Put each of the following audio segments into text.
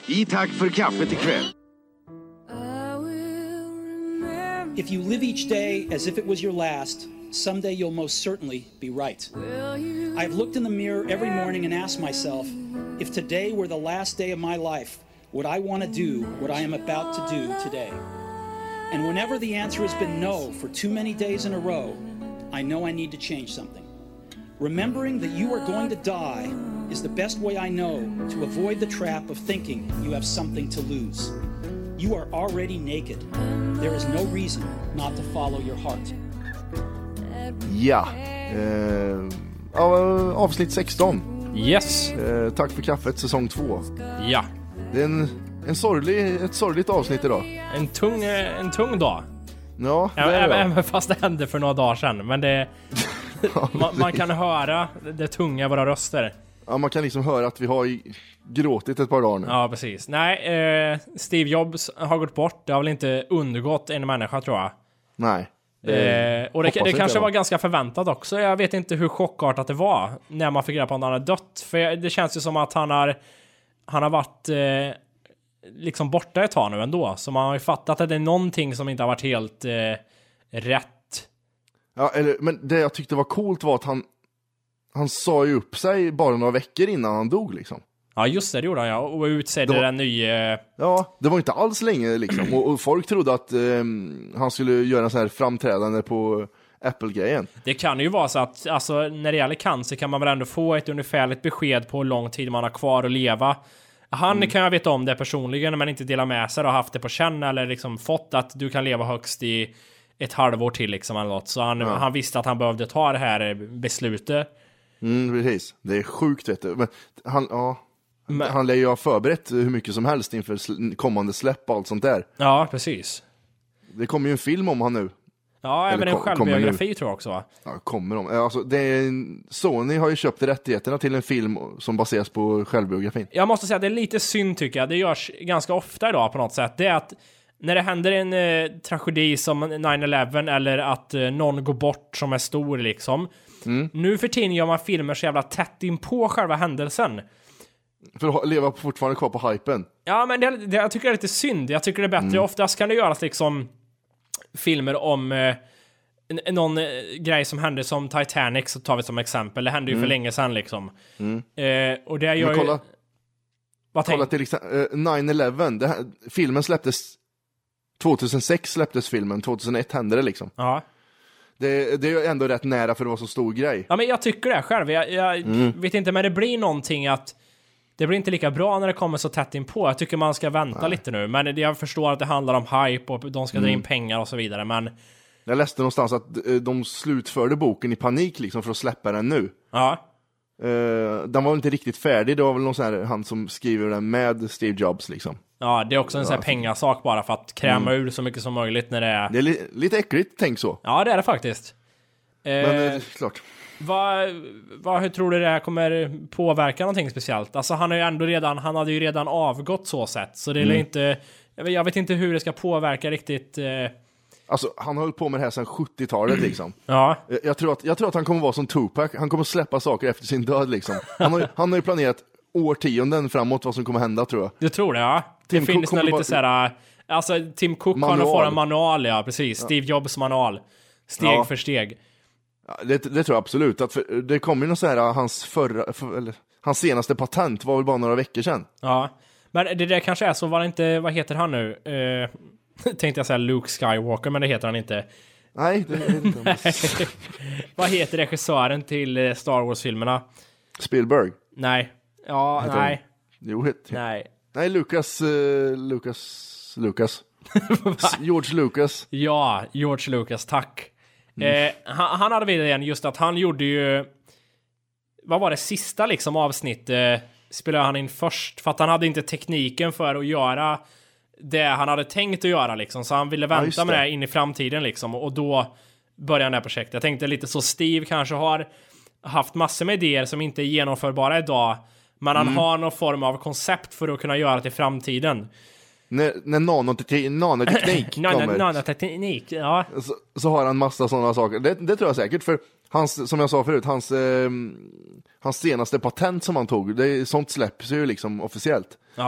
I tack för kaffet ikväll. If you live each day as if it was your last, someday you'll most certainly be right. I've looked in the mirror every morning and asked myself, if today were the last day of my life, would I want to do what I am about to do today? And whenever the answer has been no for too many days in a row, I know I need to change something. Remembering that you are going to die is the best way I know to avoid the trap of thinking you have something to lose. You are already naked. There is no reason not to follow your heart. Ja. Avsnitt 16. Yes. Tack för kaffet, säsong 2. Ja. Det är ett sorgligt avsnitt idag. En tung dag. Ja, även fast det hände för några dagar sedan. Men det... man kan höra det tunga i våra röster. Ja, man kan liksom höra att vi har gråtit ett par dagar nu. Ja, precis. Nej, Steve Jobs har gått bort. Det har väl inte undergått en människa, tror jag. Nej. Och det kanske var ganska förväntat också. Jag vet inte hur chockartat det var när man fick reda på att han hade dött. För det känns ju som att han har varit liksom borta ett tag nu ändå. Så man har ju fattat att det är någonting som inte har varit helt rätt. Ja, men det jag tyckte var coolt var att han sa ju upp sig bara några veckor innan han dog liksom. Ja, just det gjorde han, ja. Och utsedde den nya... Ja, det var inte alls länge liksom. Och folk trodde att han skulle göra en sån här framträdande på Apple-grejen. Det kan ju vara så att alltså, när det gäller cancer kan man väl ändå få ett ungefärligt besked på hur lång tid man har kvar att leva. Han kan jag veta om det personligen, men inte dela med sig och haft det på känn eller liksom fått att du kan leva högst i ett halvår till liksom eller något. Så han visste att han behövde ta det här beslutet. Precis. Det är sjukt, vet du. Men han lär ju ha förberett hur mycket som helst inför kommande släpp och allt sånt där. Ja, precis. Det kommer ju en film om han nu. Ja, även en självbiografi tror jag också, va? Ja, kommer de. Alltså, Sony har ju köpt rättigheterna till en film som baseras på självbiografin. Jag måste säga att det är lite synd, tycker jag. Det görs ganska ofta idag på något sätt. Det är att när det händer en tragedi som 9/11 eller att någon går bort som är stor liksom. Nu för tiden gör man filmer så jävla tätt in på själva händelsen. För att leva fortfarande kvar på hypen. Ja, men jag tycker det är lite synd. Jag tycker det är bättre. Oftast kan det göras liksom filmer om någon grej som hände som Titanic, så tar vi som exempel. Det hände ju för länge sedan liksom. Och det gör ju... Kolla till exempel 9/11. Filmen släpptes 2006 släpptes filmen. 2001 hände det liksom. Ja. Det är ju ändå rätt nära för det var så stor grej. Ja, men jag tycker det själv. Jag vet inte, men det blir någonting att det blir inte lika bra när det kommer så tätt in på. Jag tycker man ska vänta lite nu. Men jag förstår att det handlar om hype och de ska dra in pengar och så vidare. Men jag läste någonstans att de slutförde boken i panik liksom för att släppa den nu. Ja. Den var inte riktigt färdig. Det var väl någon sån här, han som skriver den med Steve Jobs liksom. Ja, det är också en sån här pengasak bara för att kräma ur så mycket som möjligt när det är... Det är lite äckligt, tänk så. Ja, det är det faktiskt. Men klart. Hur tror du det här kommer påverka någonting speciellt? Alltså han hade ju redan avgått så sätt. Så det är inte... Jag vet inte hur det ska påverka riktigt... Alltså han har hållit på med det här sedan 70-talet liksom. Ja. Jag tror att han kommer vara som Tupac. Han kommer släppa saker efter sin död liksom. Han har ju planerat årtionden framåt vad som kommer hända, tror jag. Du tror det, ja. Det finns nog lite såhär... Alltså Tim Cook har nog fått en manual, ja, precis. Steve Jobs manual. Steg för steg. Ja, det tror jag absolut. Det kommer ju något så här, hans senaste patent var väl bara några veckor sedan. Ja, men det där kanske är så, var det inte, vad heter han nu? Tänkte jag säga Luke Skywalker, men det heter han inte. Nej, det är inte. Vad heter regissören till Star Wars-filmerna? Spielberg? Nej. Ja, heter nej. Jo, nej. Nej, Lucas. George Lucas. Ja, George Lucas, tack. Han hade vid igen just att han gjorde ju... Vad var det sista liksom avsnitt spelade han in först? För att han hade inte tekniken för att göra det han hade tänkt att göra liksom. Så han ville vänta med det in i framtiden liksom. Och då började det här projektet. Jag tänkte lite så Steve kanske har haft massor med idéer som inte är genomförbara idag. Men han har någon form av koncept för att kunna göra det i framtiden. När nanoteknik kommer. Nanoteknik, ja. Så har han massa sådana saker. Det tror jag säkert. För som jag sa förut, hans senaste patent som han tog, sånt släpps ju liksom officiellt. Ja.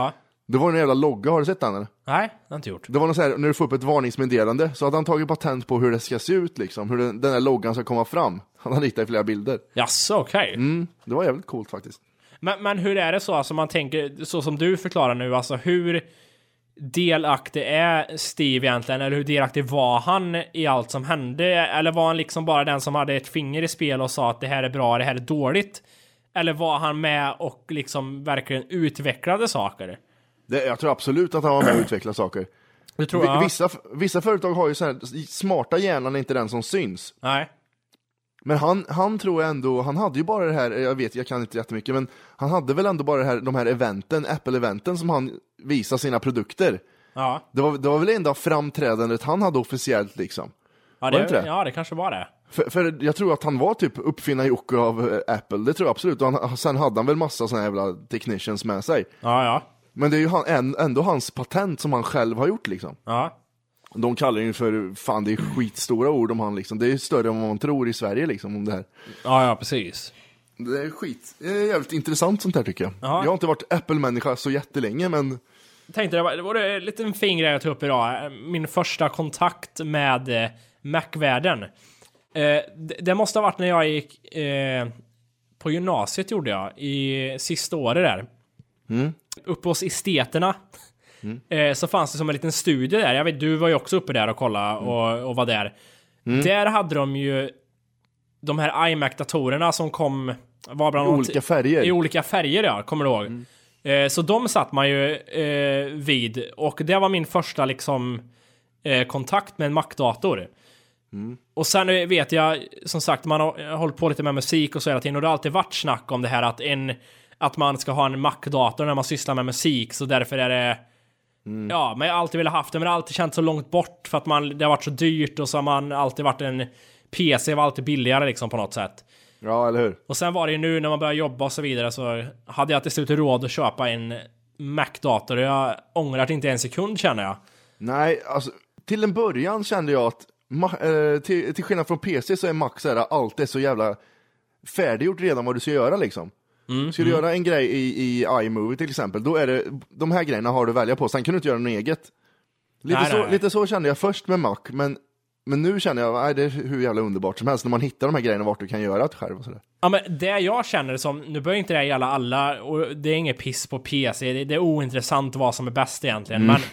Det var en jävla logga, har du sett den eller? Nej, det har inte gjort. Det var något så här, när du får upp ett varningsmeddelande så hade han tagit patent på hur det ska se ut liksom, hur den där loggan ska komma fram. Han har ritat i flera bilder. Jaså, okej. Det var jävligt coolt faktiskt. Men hur är det så, alltså man tänker, så som du förklarar nu, alltså hur delaktig är Steve egentligen, eller hur delaktig var han i allt som hände, eller var han liksom bara den som hade ett finger i spel och sa att det här är bra, det här är dåligt, eller var han med och liksom verkligen utvecklade saker? Jag tror absolut att han var med och utvecklade saker. Det tror jag. Vissa företag har ju så här, smarta hjärnan är inte den som syns. Nej. Men han tror jag ändå, han hade ju bara det här, jag kan inte jättemycket, men han hade väl ändå bara de här eventen, Apple-eventen som han visar sina produkter. Ja. Det var väl enda framträdandet han hade officiellt liksom. Ja, det kanske var det. För jag tror att han var typ uppfinnar-Jocke av Apple, det tror jag absolut. Och sen hade han väl massa såna jävla technicians med sig. Ja. Men det är ju ändå hans patent som han själv har gjort liksom. Ja. De kallar ju för, fan det är skitstora ord om han liksom. Det är större än vad man tror i Sverige liksom om det här. Ja, precis. Det är skit. Det är jävligt intressant sånt här tycker jag. Ja. Jag har inte varit Apple-människa så jättelänge, men... Jag tänkte det var en liten fin grej att ta upp idag. Min första kontakt med Mac-världen. Det måste ha varit när jag gick på gymnasiet, gjorde jag. I sista året där. Uppe hos esteterna. Så fanns det som en liten studie där. Jag vet, du var ju också uppe där och kolla och var där. Där hade de ju de här iMac-datorerna som kom, var bland olika färger. I olika färger, ja, kommer du ihåg. Så de satt man ju vid. Och det var min första liksom kontakt med en Mac-dator. Och sen vet jag, som sagt, man har hållit på lite med musik och så hela tiden. Och det har alltid varit snack om det här att man ska ha en Mac-dator när man sysslar med musik. Så därför är det... Ja, men jag har alltid velat haft det, men det har alltid känts så långt bort för att det har varit så dyrt, och så har man alltid varit en PC var alltid billigare liksom på något sätt. Ja, eller hur? Och sen var det ju nu när man började jobba och så vidare, så hade jag till slut råd att köpa en Mac-dator, och jag ångrar inte en sekund, känner jag. Nej, alltså till en början kände jag att till skillnad från PC så är Mac så här, alltid så jävla färdiggjort redan vad du ska göra liksom. Ska du göra en grej i iMovie till exempel, då är det de här grejerna har du välja på, sen kan du inte göra något eget. Lite så kände jag först med Mac, men nu känner jag det är hur jävla underbart som helst när man hittar de här grejerna vart du kan göra det själv och sådär. Ja, men det jag känner som, nu börjar inte det gälla alla, och det är inget piss på PC, det är ointressant vad som är bäst egentligen, men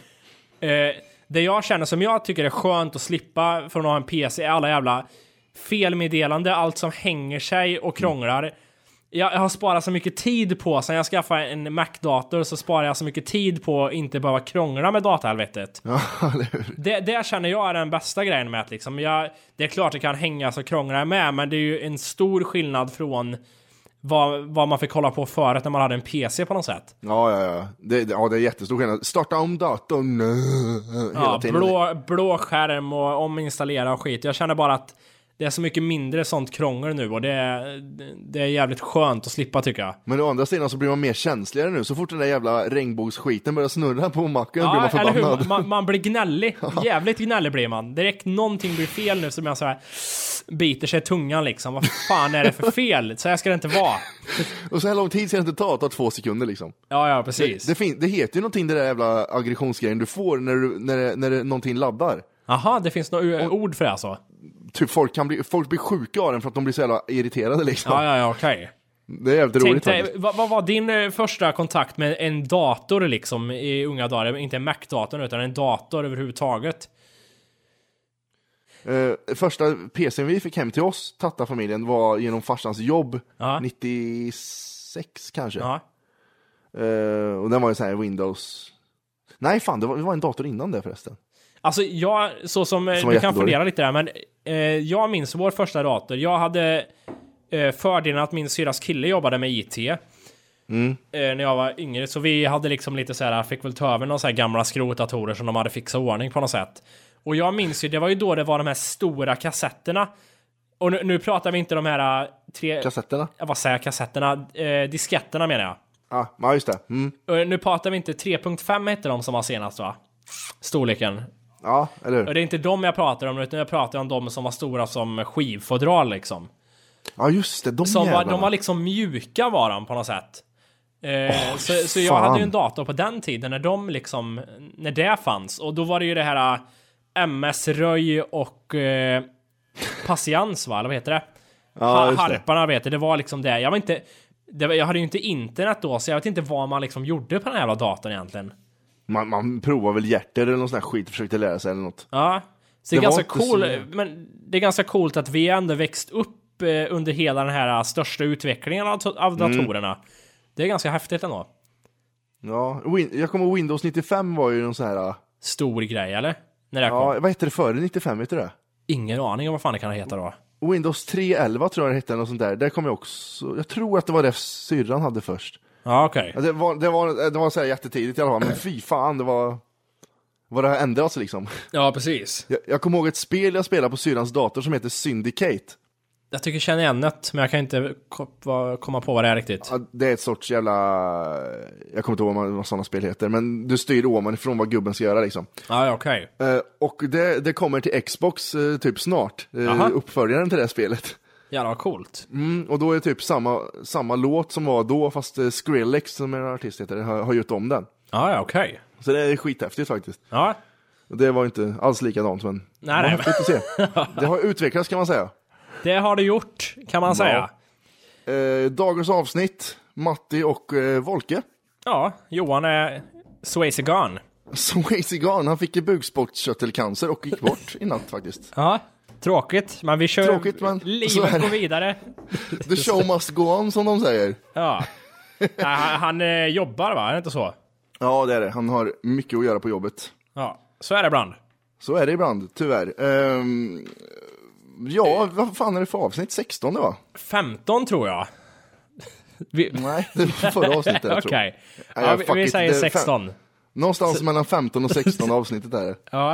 det jag känner som jag tycker är skönt att slippa från att ha en PC är alla jävla felmeddelande, allt som hänger sig och krånglar. Jag har sparat så mycket tid på, sen jag skaffade en Mac-dator så sparar jag så mycket tid på att inte behöva krångla med datahelvetet. Ja, det känner jag är den bästa grejen med att liksom, det är klart det kan hängas och krångla med, men det är ju en stor skillnad från vad man fick kolla på förut när man hade en PC på något sätt. Ja. Det är jättestor skillnad. Starta om datorn hela tiden. Blå skärm och ominstallera och skit. Jag känner bara att det är så mycket mindre sånt krångel nu, och det är jävligt skönt att slippa, tycker jag. Men å andra sidan så blir man mer känsligare nu. Så fort den där jävla regnbågsskiten börjar snurra på macken blir man förbannad. Eller hur? Man blir gnällig. Jävligt gnällig blir man. Direkt någonting blir fel nu så blir man så här, biter sig i tungan liksom. Vad fan är det för fel? Så här ska det inte vara. Och så här lång tid ska det inte ta 2 sekunder liksom. Ja, precis. Det heter ju någonting, det där jävla aggressionsgrejen du får när någonting laddar. Aha, det finns något ord för det alltså. Typ folk blir sjuka av den för att de blir så jävla irriterade liksom. Ja, okej. Det är jävligt roligt faktiskt. Vad var din första kontakt med en dator liksom i unga dagar? Inte en Mac-dator utan en dator överhuvudtaget. Första PC:n vi fick hem till oss, Tatta-familjen, var genom farsans jobb. 96 kanske. Och den var ju så här Windows. Nej fan, det var en dator innan det förresten. Alltså så som du kan fundera lite där, men jag minns vår första dator. Jag hade fördelen att min syras kille jobbade med IT när jag var yngre, så vi hade liksom lite så här, fick väl ta över några så här gamla skrotdatorer som de hade fixat ordning på något sätt. Och jag minns ju, det var ju då det var de här stora kassetterna. Och nu pratar vi inte de här kassetterna? Vad säger jag, kassetterna? Disketterna menar jag. Ja, just det. Och nu pratar vi inte 3.5 hette de som var senast, va? Storleken. Ja, eller hur? Och det är inte de jag pratar om, utan jag pratar om de som var stora som skivfodral liksom. Ja, just det, de var liksom mjuka var de på något sätt. Så jag hade ju en dator på den tiden när det fanns. Och då var det ju det här MS-röj och patiens, va? Eller vad heter det? Harparna, vet du. Det var liksom det. Jag hade ju inte internet då, så jag vet inte vad man liksom gjorde på den här jävla datorn egentligen. Man provar väl hjärter eller någon sån här skit, försökte lära sig eller något. Ja, så det är ganska cool, men det är ganska coolt att vi ändå växt upp under hela den här största utvecklingen av datorerna. Det är ganska häftigt ändå. Ja, jag kommer ihåg Windows 95 var ju någon sån här... Stor grej, eller? När det kom. Ja, vad heter det före 95, vet du det? Ingen aning om vad fan det kan heta då. Windows 3.11 tror jag det hette, något sånt där. Där kom jag också... Jag tror att det var det syrran hade först. Ja, okej. Ja, det var så här jättetidigt i alla fall, men fy fan, det var... Vad det har ändrats liksom. Ja, precis. Jag kommer ihåg ett spel jag spelade på syrans dator som heter Syndicate. Jag tycker jag känner igen det, men jag kan inte komma på vad det är riktigt. Ja, det är ett sorts jävla... Jag kommer inte ihåg vad sådana spel heter, men du styr ovanifrån vad gubben ska göra liksom. Ja, okej. Och det kommer till Xbox typ snart. Uppföljaren till det spelet. Jävla coolt. Och då är det typ samma låt som var då, fast Skrillex som är en artist heter, har gjort om den. Ja, okej. Så det är skithäftigt faktiskt. Ja. Det var inte alls likadant, men nej, det var häftigt att se. Det har utvecklats, kan man säga. Det har det gjort, kan man säga. Dagens avsnitt, Matti och Volke. Ja, Johan är Swayze gone. Swayze gone, han fick bukspottkörtelcancer och gick bort i natt faktiskt. Ja, tråkigt, men vi kör. Tråkigt, men livet går vidare. The show must go on, som de säger. Ja. Han jobbar, va? Är det inte så? Ja, det är det. Han har mycket att göra på jobbet. Ja, så är det ibland. Så är det ibland, tyvärr. Ja, vad fan är det för avsnitt? 16 det va? 15 tror jag. Nej, det var förra avsnittet jag tror. Okej. Ja, vi säger 16. Någonstans mellan 15 och 16 avsnittet är det. Ja.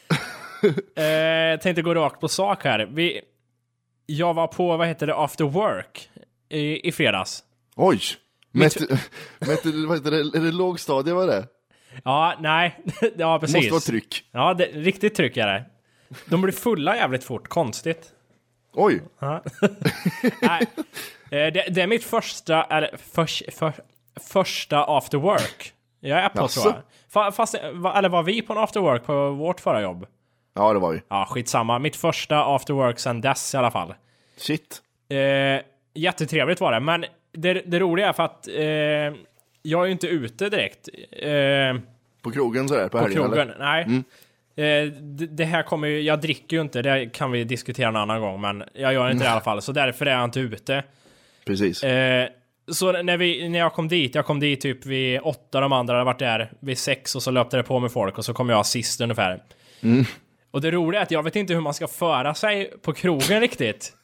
Tänkte gå rakt på sak här. Jag var på, vad heter det, After Work i fredags. Oj! Vad heter det? Är det lågstadie, vad är det? Ja, nej. Ja, precis. Måste vara tryck. Ja, riktigt tryck är det. De blir fulla jävligt fort, konstigt. Oj! Ja. Nej. Det är mitt första första after work. Jag är på, tror jag. Fast, eller var vi på en after work på vårt förra jobb? Ja, det var vi. Ja, skitsamma. Mitt första after work sen dess i alla fall. Shit. Jättetrevligt var det. Men det roliga är för att jag är ju inte ute direkt. På krogen så där, på helgen, krogen, eller? Nej. Det här kommer ju, jag dricker ju inte, det kan vi diskutera en annan gång, men jag gör inte det i alla fall, så därför är jag inte ute. Precis. Så när jag kom dit typ vid 8, de andra hade varit där vid 6, och så löpte det på med folk, och så kom jag sist ungefär. Och det roliga är att jag vet inte hur man ska föra sig på krogen riktigt.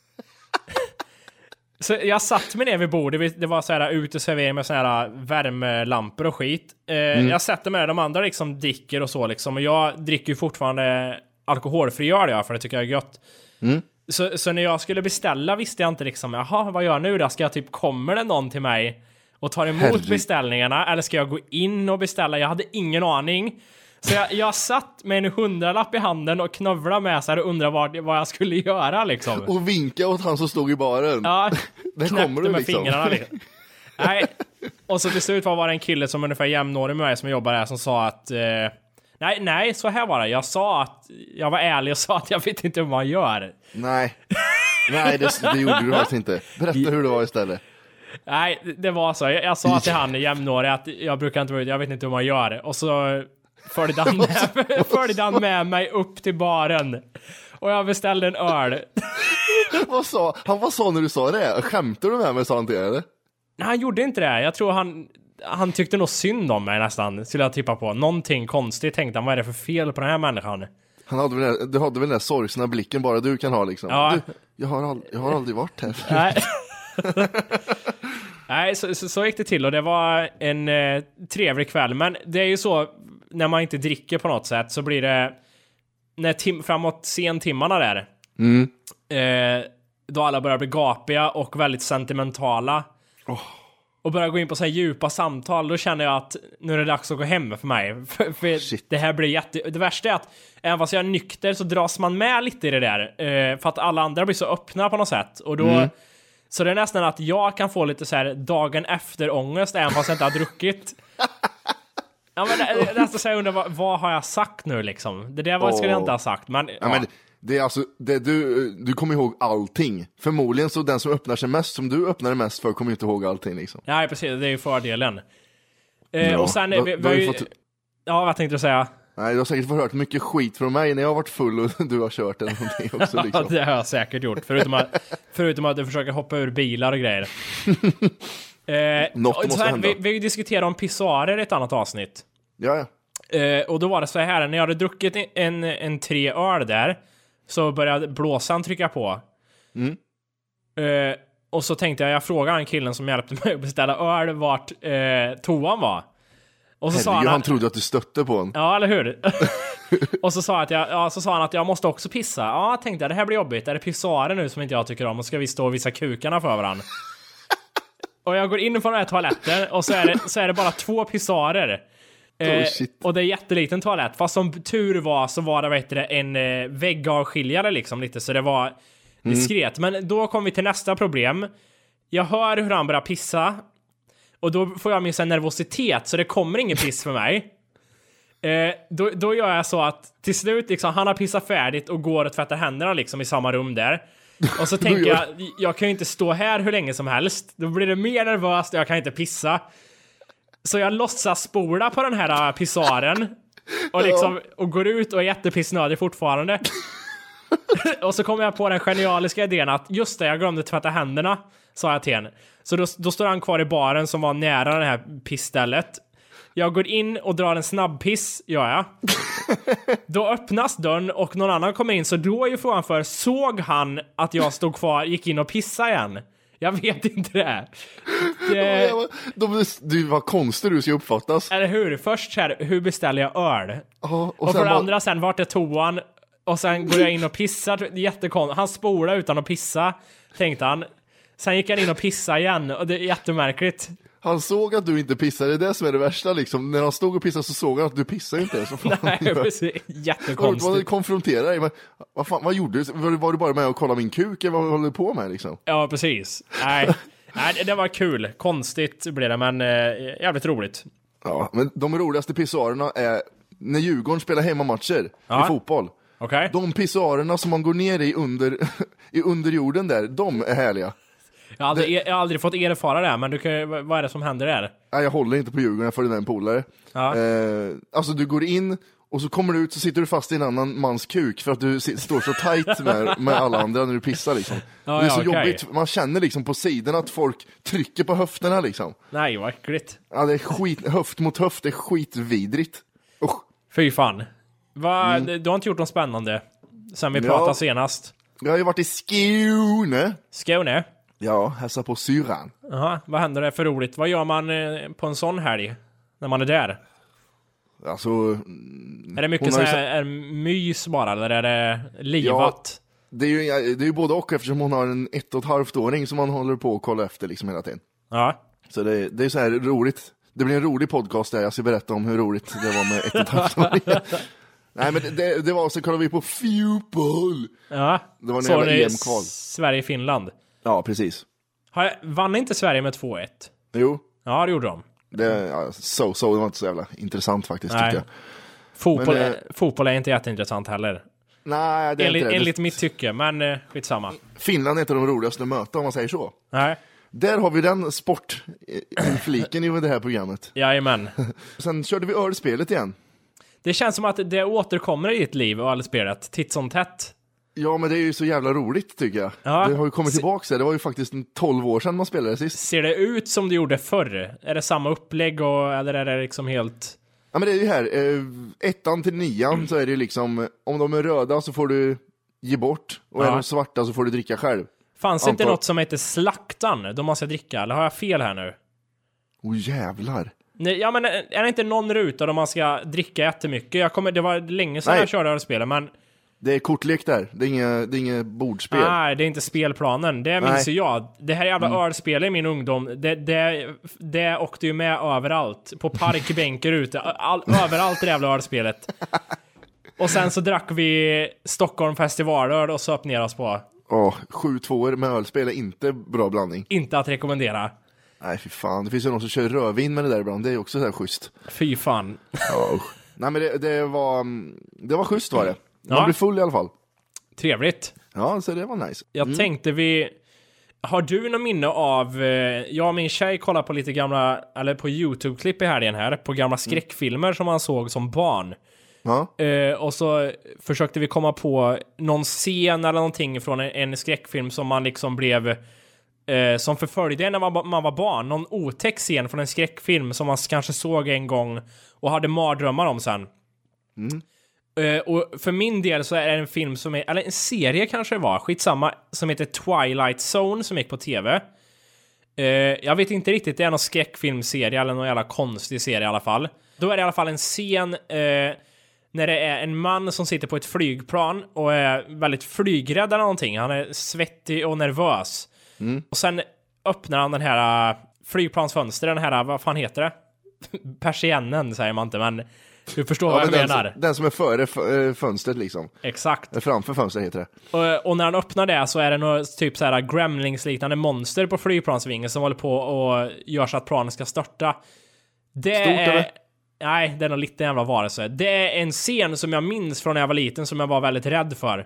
Så jag satt mig ner vid bordet, det var så här uteservering med så här värmelampor och skit. Jag sätter mig där, de andra liksom dricker och så liksom, och jag dricker ju fortfarande alkoholfri öl, för det tycker jag är gött. Så när jag skulle beställa visste jag inte liksom, jaha, vad gör jag nu då? Ska jag typ, kommer det någon till mig och tar emot beställningarna, eller ska jag gå in och beställa? Jag hade ingen aning. Så jag satt med en 100-lapp i handen och knövlade med sig och undrade vad jag skulle göra liksom. Och vinka åt han som stod i baren. Ja, där kommer du med liksom. fingrarna liksom. Nej. Och så till slut var det en kille som ungefär jämnårig med mig som jobbar här som sa att nej, så här var det. Jag sa att jag var ärlig och sa att jag vet inte hur man gör. Nej, det gjorde du alltså inte. Berätta hur det var istället. Nej, det var så. Jag sa till han jämnårig att jag brukar inte vara ute, jag vet inte hur man gör. Och så följde han med mig upp till baren. Och jag beställde en öl. Vad sa när du sa det? Skämtar du med mig, sa han till er, eller? Nej, han gjorde inte det. Jag tror han tyckte nog synd om mig nästan. Skulle jag tippa på. Någonting konstigt, tänkte han. Vad är det för fel på den här människan? Du hade väl den där sorgsna blicken bara du kan ha liksom. Ja. Du, jag har aldrig varit här. Nej. Nej, så gick det till, och det var en trevlig kväll. Men det är ju så, när man inte dricker på något sätt, så blir det framåt sentimmarna där. Då alla börjar bli gapiga och väldigt sentimentala. Och börjar gå in på så här djupa samtal. Då känner jag att nu är det dags att gå hem för mig. För det här blir det värsta är att även fast jag är nykter så dras man med lite i det där. För att alla andra blir så öppna på något sätt. Och då Så det är nästan att jag kan få lite så här dagen efter ångest även fast jag inte har druckit. Ja, men nästan så jag undrar, vad har jag sagt nu liksom? Det där skulle jag inte ha sagt, men... Ja, men det är alltså, du kommer ihåg allting. Förmodligen så den som öppnar sig mest, som du öppnar mest för, kommer inte ihåg allting liksom. Ja, precis, det är ju fördelen. Ja, och sen... Ja, vad tänkte du säga? Nej, du har säkert fått hört mycket skit från mig när jag har varit full och du har kört eller någonting också liksom. Ja, det har jag säkert gjort. Förutom att du försöker hoppa ur bilar och grejer. Något måste hända. Vi diskuterade om pissoarer i ett annat avsnitt. Ja. Och då var det så här, när jag hade druckit en 3 öl där, så började blåsan trycka på. Och så tänkte jag frågade en killen som hjälpte mig att beställa öl vart toan var. Och så sa han trodde att du stötte på honom. Ja, eller hur? Och så sa han att jag måste också pissa. Ja, jag tänkte det här blir jobbigt. Är det pissoarer nu som inte jag tycker om? Och ska vi stå och visa kukarna för varandra? Och jag går in på den här toaletten och så är det bara 2 pissoarer. Och det är jätteliten toalett. Fast som tur var så var det en väggavskiljare liksom lite. Så det var diskret. Men då kom vi till nästa problem. Jag hör hur han börjar pissa. Och då får jag min nervositet. Så det kommer ingen piss för mig. Då gör jag så att till slut liksom, han har pissat färdigt och går och tvättar händerna liksom i samma rum där. Och så tänker jag kan ju inte stå här hur länge som helst. Då blir det mer nervöst och jag kan inte pissa. Så jag låtsas spola på den här pissoaren och liksom och går ut och är jättepissnödig fortfarande. Och så kommer jag på den genialiska idén att just det, jag glömde tvätta händerna, sa jag till henne. Så då står han kvar i baren som var nära det här pissstället. Jag går in och drar en snabbpiss, gör jag. Då öppnas dörren och någon annan kommer in. Så då är ju frågan såg han att jag stod kvar, gick in och pissade igen? Jag vet inte det. Du var konstig du ska uppfattas. Eller hur? Först så här, hur beställer jag öl? Och för det andra sen, vart är toan? Och sen går jag in och pissar. Jättekonstigt. Han spolar utan att pissa, tänkte han. Sen gick han in och pissade igen. Och det är jättemärkligt. Han såg att du inte pissade, det är det som är det värsta liksom. När han stod och pissade så såg han att du pissade inte. Så fan, nej, precis. Jättekonstigt. Vad konfronterade dig? Men, vad gjorde du? Var du bara med och kollade min kuk? Eller vad håller du på med liksom? Ja, precis. Nej, det var kul. Konstigt blev det, men jävligt roligt. Ja, men de roligaste pissoarerna är när Djurgården spelar hemmamatcher i fotboll. Okay. De pissoarerna som man går ner i under jorden där, de är härliga. Jag har aldrig fått erfara det, men vad är det som händer där? Nej, jag håller inte på Djurgården, jag följer med en polare. Ja. Alltså du går in och så kommer du ut så sitter du fast i en annan mans kuk för att du står så tajt med alla andra när du pissar liksom. Det är så jobbigt, man känner liksom på sidan att folk trycker på höfterna liksom. Nej, vad äckligt. Ja, det är skit, höft mot höft, det är skitvidrigt. Fy fan. Du har inte gjort något spännande sen vi pratade senast? Jag har ju varit i Skåne. Skåne? Ja, hälsa på syran. Jaha, vad händer det för roligt? Vad gör man på en sån helg när man är där? Alltså... Är det mycket så här mys bara, eller är det livat? Ja, det är ju både och, eftersom hon har en 1,5-åring som man håller på att kolla efter liksom hela tiden. Ja. Så det är så här roligt. Det blir en rolig podcast där jag ska berätta om hur roligt det var med 1,5-åringen. Nej, men det var så kollade vi på fotboll. Ja, det var en jävla EM-kval. Sverige-Finland. Ja, precis. Vann inte Sverige med 2-1? Jo. Ja, det gjorde de. Det var inte så jävla intressant faktiskt, tycker jag. Fotboll är inte jätteintressant heller. Nej, det är inte det. Enligt mitt tycke, men skitsamma. Finland är inte de roligaste att möta, om man säger så. Nej. Där har vi den sportfliken i det här programmet. Jajamän. Sen körde vi ölspelet igen. Det känns som att det återkommer i ditt liv, ölspelet, titt som tätt. Ja, men det är ju så jävla roligt, tycker jag. Ja. Det har ju kommit tillbaka. Det var ju faktiskt 12 år sedan man spelade sist. Ser det ut som det gjorde förr? Är det samma upplägg eller är det liksom helt... Ja, men det är ju här. 1:an till 9:an så är det liksom... Om de är röda så får du ge bort. Och är de svarta så får du dricka själv. Fanns inte något som heter slaktan? De måste dricka. Eller har jag fel här nu? Jävlar. Nej, ja, men är det inte någon ruta då man ska dricka jättemycket? Det var länge sedan jag körde ölspelet, men... Det är kortlek där. Det är inget bordspel. Nej, det är inte spelplanen. Det minns jag. Det här jävla ölspelet i min ungdom, det åkte ju med överallt. På parkbänker ute. Överallt det jävla ölspelet. Och sen så drack vi Stockholm festivalöl och söp ner oss på. 7-2 med ölspel är inte bra blandning. Inte att rekommendera. Nej, fy fan. Det finns ju någon som kör rödvin med det där ibland. Det är också så här schysst. Fy fan. Nej, men det var schysst var det. Man blir full i alla fall. Trevligt. Ja, så det var nice. Jag tänkte har du någon minne av... Jag och min tjej kollade på lite gamla... Eller på YouTube-klipp i helgen här. På gamla skräckfilmer som man såg som barn. Ja. Och så försökte vi komma på någon scen eller någonting från en skräckfilm som man liksom blev... som förföljde när man var barn. Någon otäck scen från en skräckfilm som man kanske såg en gång och hade mardrömmar om sen. Och för min del så är det en film som är... Eller en serie kanske det var. Skitsamma. Som heter Twilight Zone som gick på tv. Jag vet inte riktigt. Det är någon skräckfilmserie eller någon jävla konstig serie i alla fall. Då är det i alla fall en scen... när det är en man som sitter på ett flygplan och är väldigt flygrädd eller någonting. Han är svettig och nervös. Och sen öppnar han den här flygplansfönstret, den här, vad fan heter det? Persiennen säger man inte, men du förstår vad jag menar. Den som är före fönstret liksom. Exakt. Framför fönstret heter det. Och när han öppnar det så är det något typ så här gremlingsliknande monster på flygplansvingen som håller på och gör så att planen ska störta. Det Stort eller? Nej, det är nog lite jävla varelse. Det är en scen som jag minns från när jag var liten som jag var väldigt rädd för.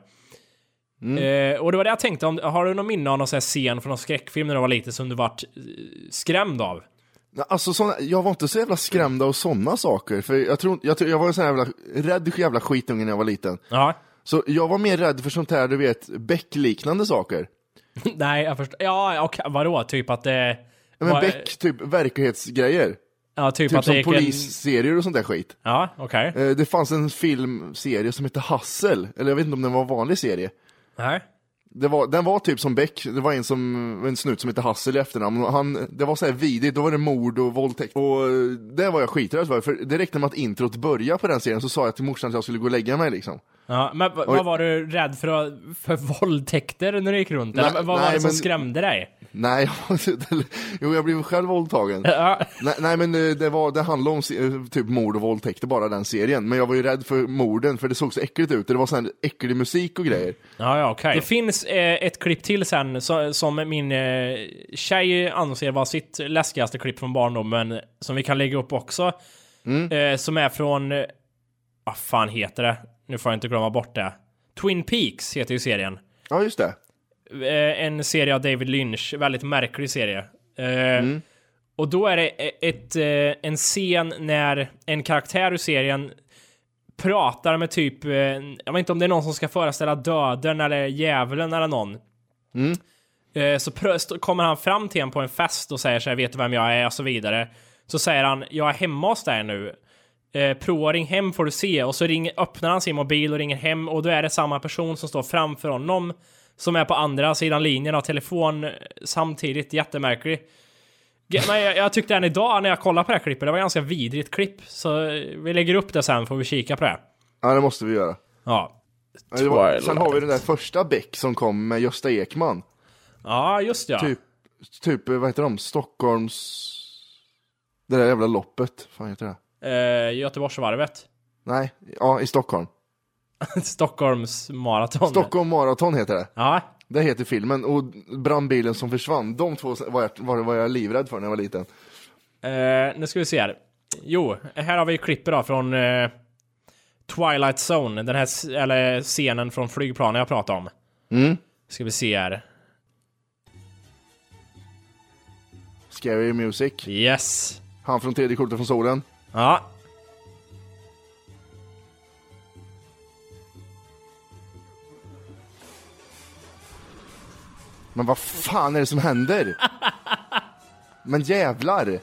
Och det var det jag tänkte om. Har du någon minne av någon sån här scen från någon skräckfilm när du var liten som du vart skrämd av? Alltså jag var inte så jävla skrämd av sådana saker. För jag var en sån jävla rädd jävla skitunge när jag var liten. Ja. Så jag var mer rädd för sånt här, du vet, Beck-liknande saker. Nej, jag förstår. Ja, okej, vadå? Typ att det... Men Beck, typ verklighetsgrejer. Ja, typ att som det polisserier och sånt där skit. Ja, okej. Det fanns en filmserie som hette Hassel. Eller jag vet inte om den var en vanlig serie. Nej. Den var typ som Beck. Det var en snut som hette Hassel i efternamn. Det var så här vidigt. Då var det mord och våldtäkt. Och det var jag skiträdd för det räckte med att introt började på den serien. Så sa jag till morsan att jag skulle gå och lägga mig liksom. Ja, men vad var du rädd för våldtäkter när du gick runt? Eller vad var det som skrämde dig? Nej, jag blev själv våldtagen. Ja. Nej, men det handlade om typ mord och våldtäkter, bara den serien. Men jag var ju rädd för morden, för det såg så äckligt ut. Det var sån äcklig musik och grejer. Ja, okej. Det finns ett klipp till sen som min tjej anser var sitt läskigaste klipp från barndomen, som vi kan lägga upp också. Som är från... vad fan heter det? Nu får jag inte glömma bort det. Twin Peaks heter ju serien. Ja, just det. En serie av David Lynch. Väldigt märklig serie. Och då är det en scen när en karaktär ur serien pratar med typ... jag vet inte om det är någon som ska föreställa döden eller djävulen eller någon. Så kommer han fram till en på en fest och säger så här, vet du vem jag är och så vidare. Så säger han, jag är hemma hos dig nu. Prova ring hem får du se. Och så öppnar han sin mobil och ringer hem. Och då är det samma person som står framför honom som är på andra sidan linjen av telefon samtidigt. Jättemärklig. Men jag tyckte än idag när jag kollade på det här klippet, det var ganska vidrigt klipp. Så vi lägger upp det sen, får vi kika på det. Ja, det måste vi göra. Ja. Sen har vi den där första Beck som kom med Gösta Ekman. Ja, just ja. Typ vad heter de? Stockholms... Det där jävla loppet. Vad heter det? Göteborgsvarvet. Nej, ja, i Stockholm. Stockholms maraton. Stockholm maraton heter det. Ja. Det heter filmen. Och brandbilen som försvann. De två var jag livrädd för när jag var liten. Nu ska vi se här. Jo, här har vi klippet då från Twilight Zone. Den här eller scenen från flygplanen jag pratade om. Ska vi se här. Scary Music. Yes. Han från tredje kortet från solen. Ja. Men vad fan är det som händer? Men jävlar.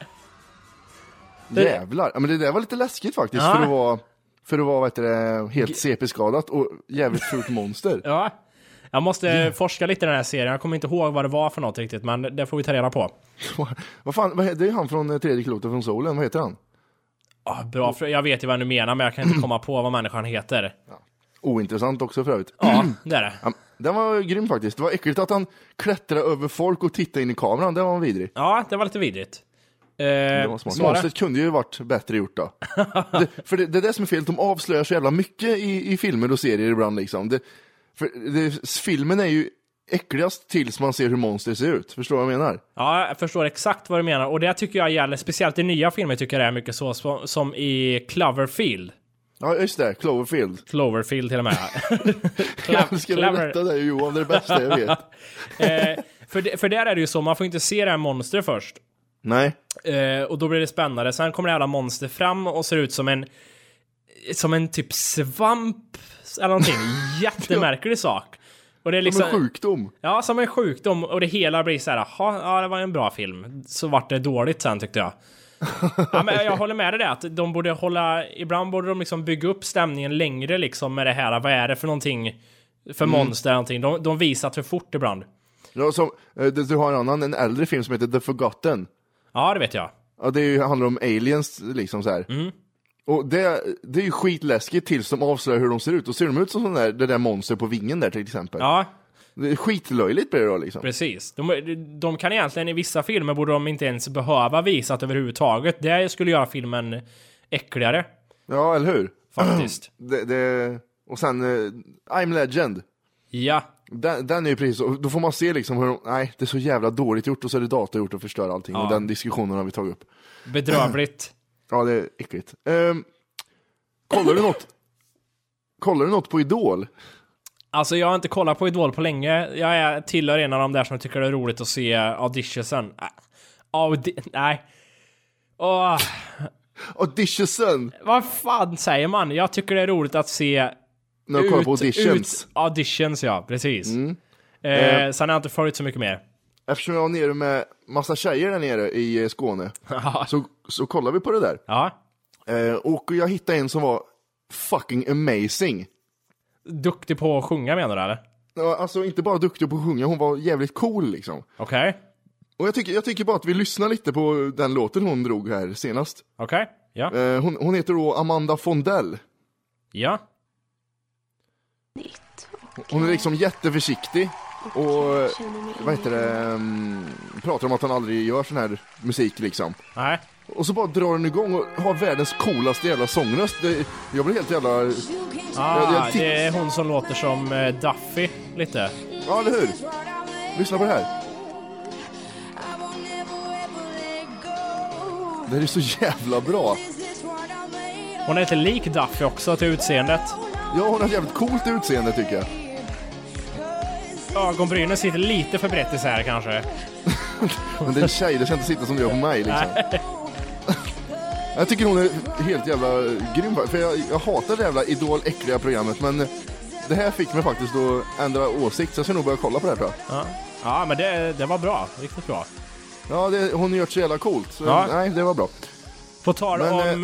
Jävlar. Ja, men det där var lite läskigt faktiskt. För att vara vet du, helt CP-skadat och jävligt fult monster. Ja. Jag måste forska lite i den här serien. Jag kommer inte ihåg vad det var för något riktigt, men det får vi ta reda på. Vad fan, det är han från tredje klotet från solen. Vad heter han? Bra, jag vet ju vad du menar, men jag kan inte komma på vad människan heter. Ja. Ointressant också för övrigt. Ja, det är det. Ja, den var grym faktiskt. Det var äckligt att han klättrade över folk och tittade in i kameran. Det var vidrig. Ja, det var lite vidrigt. Det var smart. Monstret kunde ju varit bättre gjort då. För det är det som är fel. De avslöjar så jävla mycket i filmer och serier ibland liksom. För filmen är ju äckligast tills man ser hur monster ser ut. Förstår du vad jag menar? Ja, jag förstår exakt vad du menar. Och det tycker jag gäller, speciellt i nya filmer tycker jag det är mycket så, som i Cloverfield. Ja, just det. Cloverfield till och med. Jag ska berätta det, Johan. Det är det bästa jag vet. För där är det ju så, man får inte se det här monster först. Nej. Och då blir det spännande. Sen kommer det här monster fram och ser ut som en typ svamp eller någonting. Jättemärklig sak. Och det är liksom, som en sjukdom. Ja, som en sjukdom. Och det hela blir så här, ja, det var en bra film. Så vart det dåligt sen, tyckte jag. Ja, men jag håller med dig där, att de borde ibland borde de liksom bygga upp stämningen längre liksom med det här. Vad är det för någonting, för monster någonting. De visar för fort ibland. Ja, som, du har en äldre film som heter The Forgotten. Ja, det vet jag. Ja, det handlar om aliens liksom så här. Och det är ju skitläskigt tills de avslöjar hur de ser ut. Och ser de ut som det där monster på vingen där till exempel. Ja. Det är skitlöjligt blir det då liksom. Precis. De kan egentligen, i vissa filmer borde de inte ens behöva visa det överhuvudtaget. Det skulle göra filmen äckligare. Ja, eller hur? Faktiskt. Och sen I'm Legend. Ja. Den är ju precis så. Då får man se liksom hur nej, det är så jävla dåligt gjort och så är det data gjort och förstör allting. Ja. Och den diskussionen har vi tagit upp. Bedrövligt. Ja, det är äckligt. Kollar du något på Idol? Alltså jag har inte kollat på Idol på länge. Jag tillhör en av de där som tycker det är roligt att se auditionen. Nej. Auditionen? Vad fan säger man? Jag tycker det är roligt att se auditions, ja, precis. Sen har jag inte följt så mycket mer. Eftersom jag var nere med massa tjejer där nere i Skåne så kollar vi på det där. Ja. Och jag hittade en som var fucking amazing. Duktig på att sjunga menar du eller? Ja, alltså inte bara duktig på att sjunga, hon var jävligt cool liksom. Okej. Och jag tycker bara att vi lyssnar lite på den låten hon drog här senast. Okej, ja. Hon heter då Amanda Fondell. Ja. Hon är liksom jätteförsiktig och vad heter det, pratar om att han aldrig gör sån här musik liksom. Nej. Och så bara drar den igång och har världens coolaste jävla sångröst. Jag blir helt jävla... det är hon som låter som Duffy lite. Ja, eller hur? Lyssna på det här. Det är så jävla bra. Hon är lite lik Duffy också till utseendet. Ja, hon har ett jävligt coolt utseende tycker jag. Ögonbrynen sitter lite för brett isär kanske. Men det är en tjej, det ska inte sitta som det gör på mig liksom. Jag tycker hon är helt jävla grym. För jag hatar det jävla Idol-äckliga programmet. Men det här fick mig faktiskt att ändra åsikt. Så jag ska nog börja kolla på det här tror jag. Ja, men det var bra, riktigt bra. Ja, hon har gjort så jävla coolt så, nej, det var bra. På tal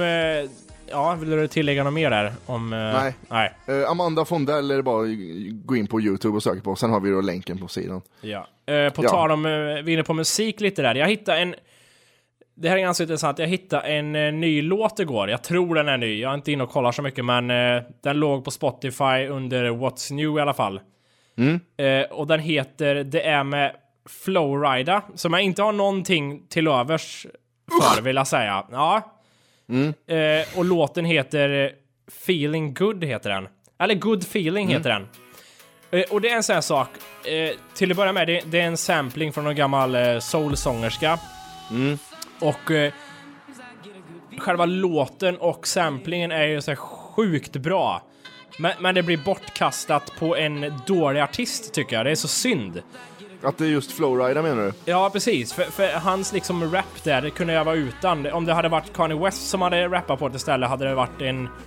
om vill du tillägga något mer där? Nej. Amanda Fondell är det bara gå in på YouTube och söka på. Sen har vi då länken på sidan. Ja. Tal om, vi är inne på musik lite där. Jag hittade det här är ganska intressant. Jag hittade en ny låt igår. Jag tror den är ny. Jag är inte inne och kollar så mycket. Men den låg på Spotify under What's New i alla fall. Och den heter Det är med Flowrida. Som jag inte har någonting till övers för vill jag säga. Ja. Och låten heter Feeling Good heter den. Eller Good Feeling heter den. Och det är en sån här sak. Till att börja med, det är en sampling från en gammal soul-sångerska. Och själva låten och samplingen är ju så här sjukt bra. Men det blir bortkastat på en dålig artist tycker jag. Det är så synd. Att det är just Flowrida menar du? Ja, precis. För hans liksom rap där, det kunde jag vara utan. Om det hade varit Kanye West som hade rappat på det istället hade det varit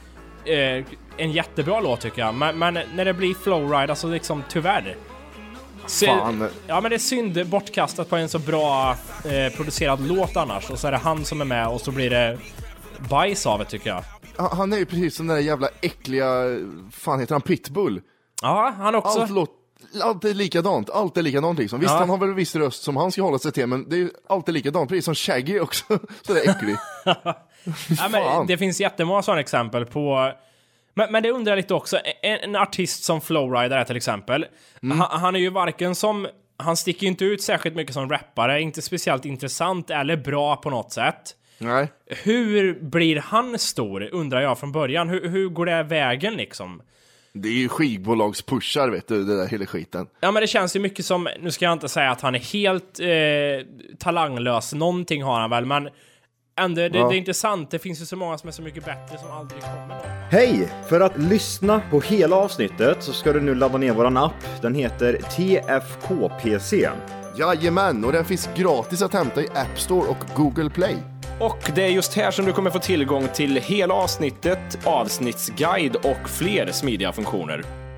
en jättebra låt tycker jag. Men när det blir Flowrida så liksom tyvärr. Fan. Ja, men det är synd bortkastat på en så bra producerad låt annars. Och så är det han som är med och så blir det bajs av det tycker jag. Han är ju precis som den där jävla äckliga, fan heter han, Pitbull? Ja, han också. Allt är likadant liksom. Visst, han har väl viss röst som han ska hålla sig till, men det är ju alltid likadant, precis som Shaggy också. Så det är äckligt. Ja, men det finns jättemånga sådana exempel på. Men det undrar jag lite också. En artist som Flowrida till exempel. Han är ju varken som, han sticker ju inte ut särskilt mycket som rappare, inte speciellt intressant eller bra på något sätt. Nej. Hur blir han stor, undrar jag från början. Hur går det vägen liksom? Det är ju skivbolagspushar, vet du, det där hela skiten. Ja, men det känns ju mycket som, nu ska jag inte säga att han är helt talanglös, någonting har han väl, men ändå, det är intressant. Det finns ju så många som är så mycket bättre som aldrig kommer någon. Hej! För att lyssna på hela avsnittet så ska du nu ladda ner våran app. Den heter TFKPC. Jajamän, och den finns gratis att hämta i App Store och Google Play. Och det är just här som du kommer få tillgång till hela avsnittet, avsnittsguide och fler smidiga funktioner.